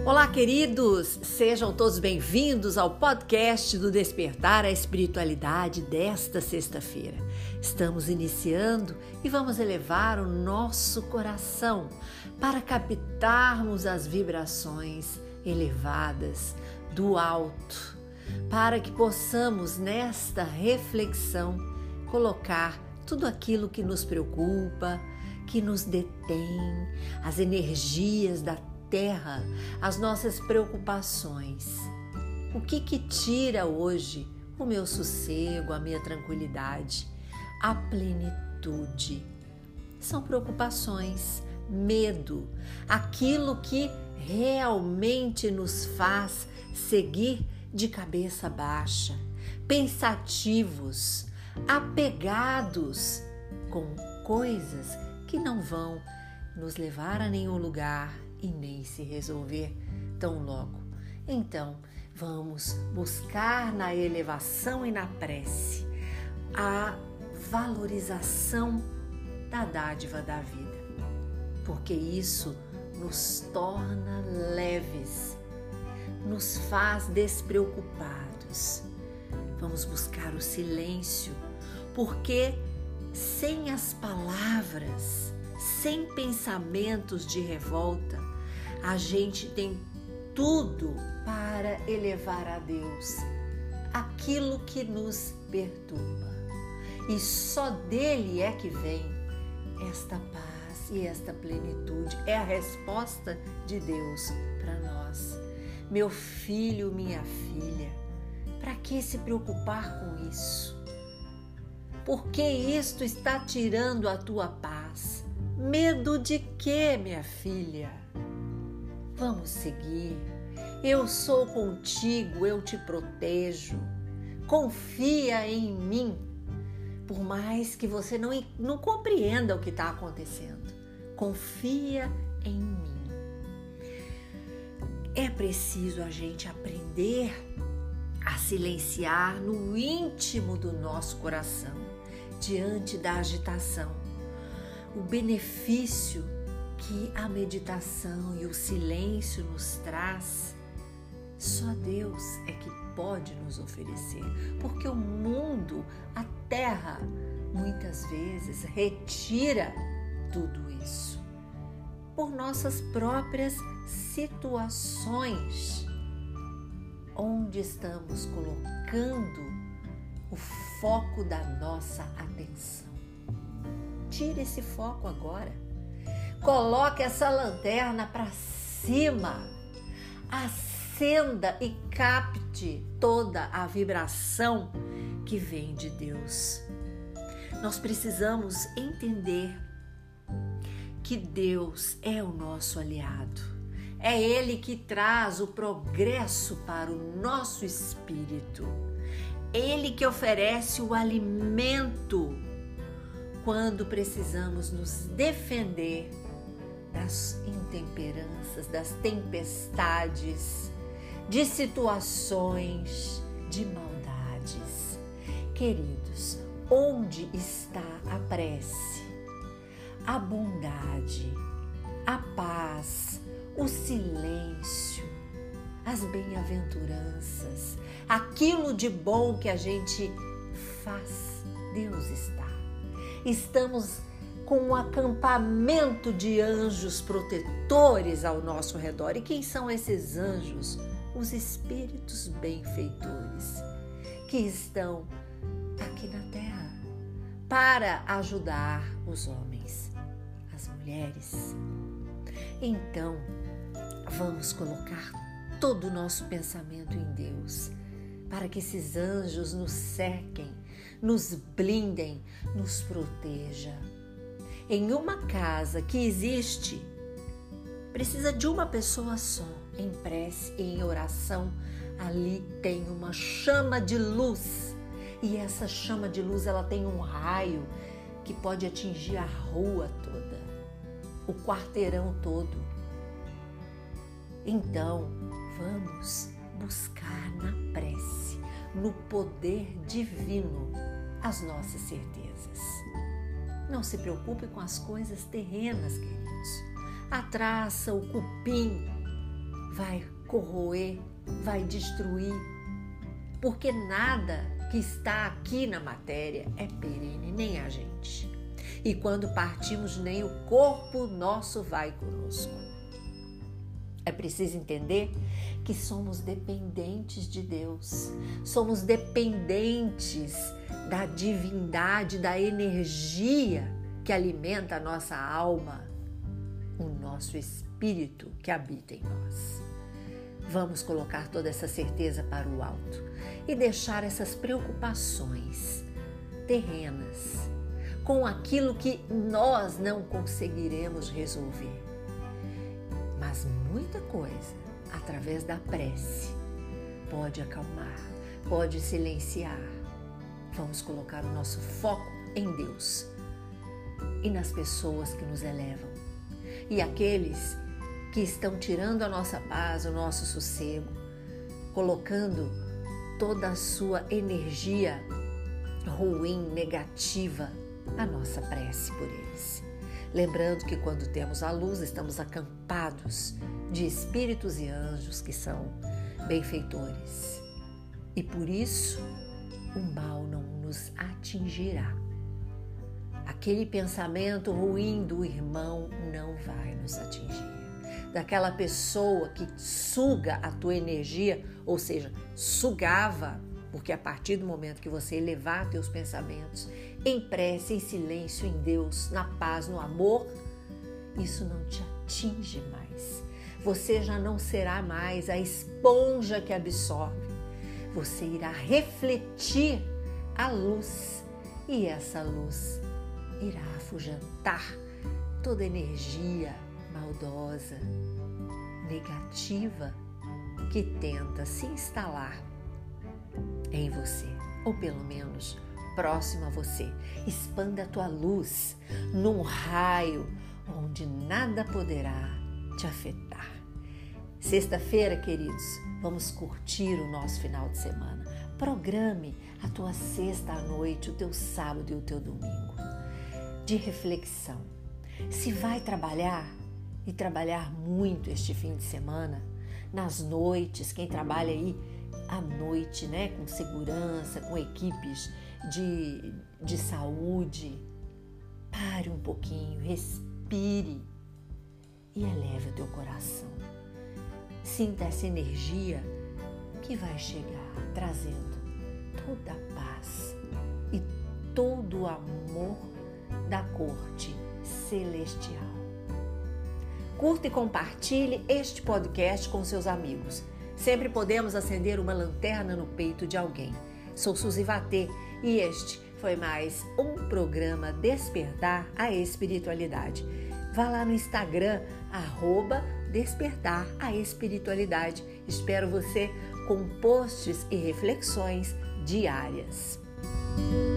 Olá, queridos! Sejam todos bem-vindos ao podcast do Despertar a Espiritualidade desta sexta-feira. Estamos iniciando e vamos elevar o nosso coração para captarmos as vibrações elevadas do alto, para que possamos, nesta reflexão, colocar tudo aquilo que nos preocupa, que nos detém, as energias da Terra, as nossas preocupações. O que tira hoje o meu sossego, a minha tranquilidade, a plenitude? São preocupações, medo, aquilo que realmente nos faz seguir de cabeça baixa, pensativos, apegados com coisas que não vão nos levar a nenhum lugar e nem se resolver tão logo. Então, vamos buscar na elevação e na prece a valorização da dádiva da vida, porque isso nos torna leves, nos faz despreocupados. Vamos buscar o silêncio, porque sem as palavras, sem pensamentos de revolta, a gente tem tudo para elevar a Deus aquilo que nos perturba. E só dele é que vem esta paz e esta plenitude. É a resposta de Deus para nós. Meu filho, minha filha, para que se preocupar com isso? Porque isto está tirando a tua paz. Medo de quê, minha filha? Vamos seguir. Eu sou contigo, eu te protejo. Confia em mim, por mais que você não compreenda o que está acontecendo. Confia em mim. É preciso a gente aprender a silenciar no íntimo do nosso coração, diante da agitação, o benefício que a meditação e o silêncio nos traz. Só Deus é que pode nos oferecer, porque o mundo, a terra, muitas vezes retira tudo isso por nossas próprias situações, onde estamos colocando o foco da nossa atenção. Tire esse foco agora. Coloque essa lanterna para cima, acenda e capte toda a vibração que vem de Deus. Nós precisamos entender que Deus é o nosso aliado. É Ele que traz o progresso para o nosso espírito. Ele que oferece o alimento quando precisamos nos defender das intemperanças, das tempestades, de situações, de maldades. Queridos, onde está a prece, a bondade, a paz, o silêncio, as bem-aventuranças, aquilo de bom que a gente faz? Deus está. Estamos com um acampamento de anjos protetores ao nosso redor. E quem são esses anjos? Os espíritos benfeitores que estão aqui na terra para ajudar os homens, as mulheres. Então, vamos colocar todo o nosso pensamento em Deus, para que esses anjos nos cerquem, nos blindem, nos proteja. Em uma casa que existe, precisa de uma pessoa só, em prece e em oração. Ali tem uma chama de luz, e essa chama de luz ela tem um raio que pode atingir a rua toda, o quarteirão todo. Então, vamos buscar na prece, no poder divino, as nossas certezas. Não se preocupe com as coisas terrenas, queridos. A traça, o cupim, vai corroer, vai destruir, porque nada que está aqui na matéria é perene, nem a gente. E quando partimos, nem o corpo nosso vai conosco. É preciso entender que somos dependentes de Deus, somos dependentes da divindade, da energia que alimenta a nossa alma, o nosso espírito que habita em nós. Vamos colocar toda essa certeza para o alto e deixar essas preocupações terrenas com aquilo que nós não conseguiremos resolver. Mas muita coisa, através da prece, pode acalmar, pode silenciar. Vamos colocar o nosso foco em Deus e nas pessoas que nos elevam. E aqueles que estão tirando a nossa paz, o nosso sossego, colocando toda a sua energia ruim, negativa, a nossa prece por eles. Lembrando que quando temos a luz, estamos acampados de espíritos e anjos que são benfeitores. E por isso, o mal não nos atingirá. Aquele pensamento ruim do irmão não vai nos atingir. Daquela pessoa que suga a tua energia, ou seja, sugava, porque a partir do momento que você elevar teus pensamentos em prece, em silêncio, em Deus, na paz, no amor, isso não te atinge mais. Você já não será mais a esponja que absorve. Você irá refletir a luz e essa luz irá afugentar toda energia maldosa, negativa que tenta se instalar em você, ou pelo menos próximo a você. Expanda a tua luz num raio onde nada poderá te afetar. Sexta-feira, queridos, vamos curtir o nosso final de semana. Programe a tua sexta à noite, o teu sábado e o teu domingo de reflexão. Se vai trabalhar e trabalhar muito este fim de semana, nas noites, quem trabalha aí à noite, né, com segurança, com equipes de saúde, pare um pouquinho, respire e eleve o teu coração. Sinta essa energia que vai chegar trazendo toda a paz e todo o amor da corte celestial. Curta e compartilhe este podcast com seus amigos. Sempre podemos acender uma lanterna no peito de alguém. Sou Suzy Vatê e este foi mais um programa Despertar a Espiritualidade. Vá lá no Instagram, @Despertar a Espiritualidade. Espero você com posts e reflexões diárias.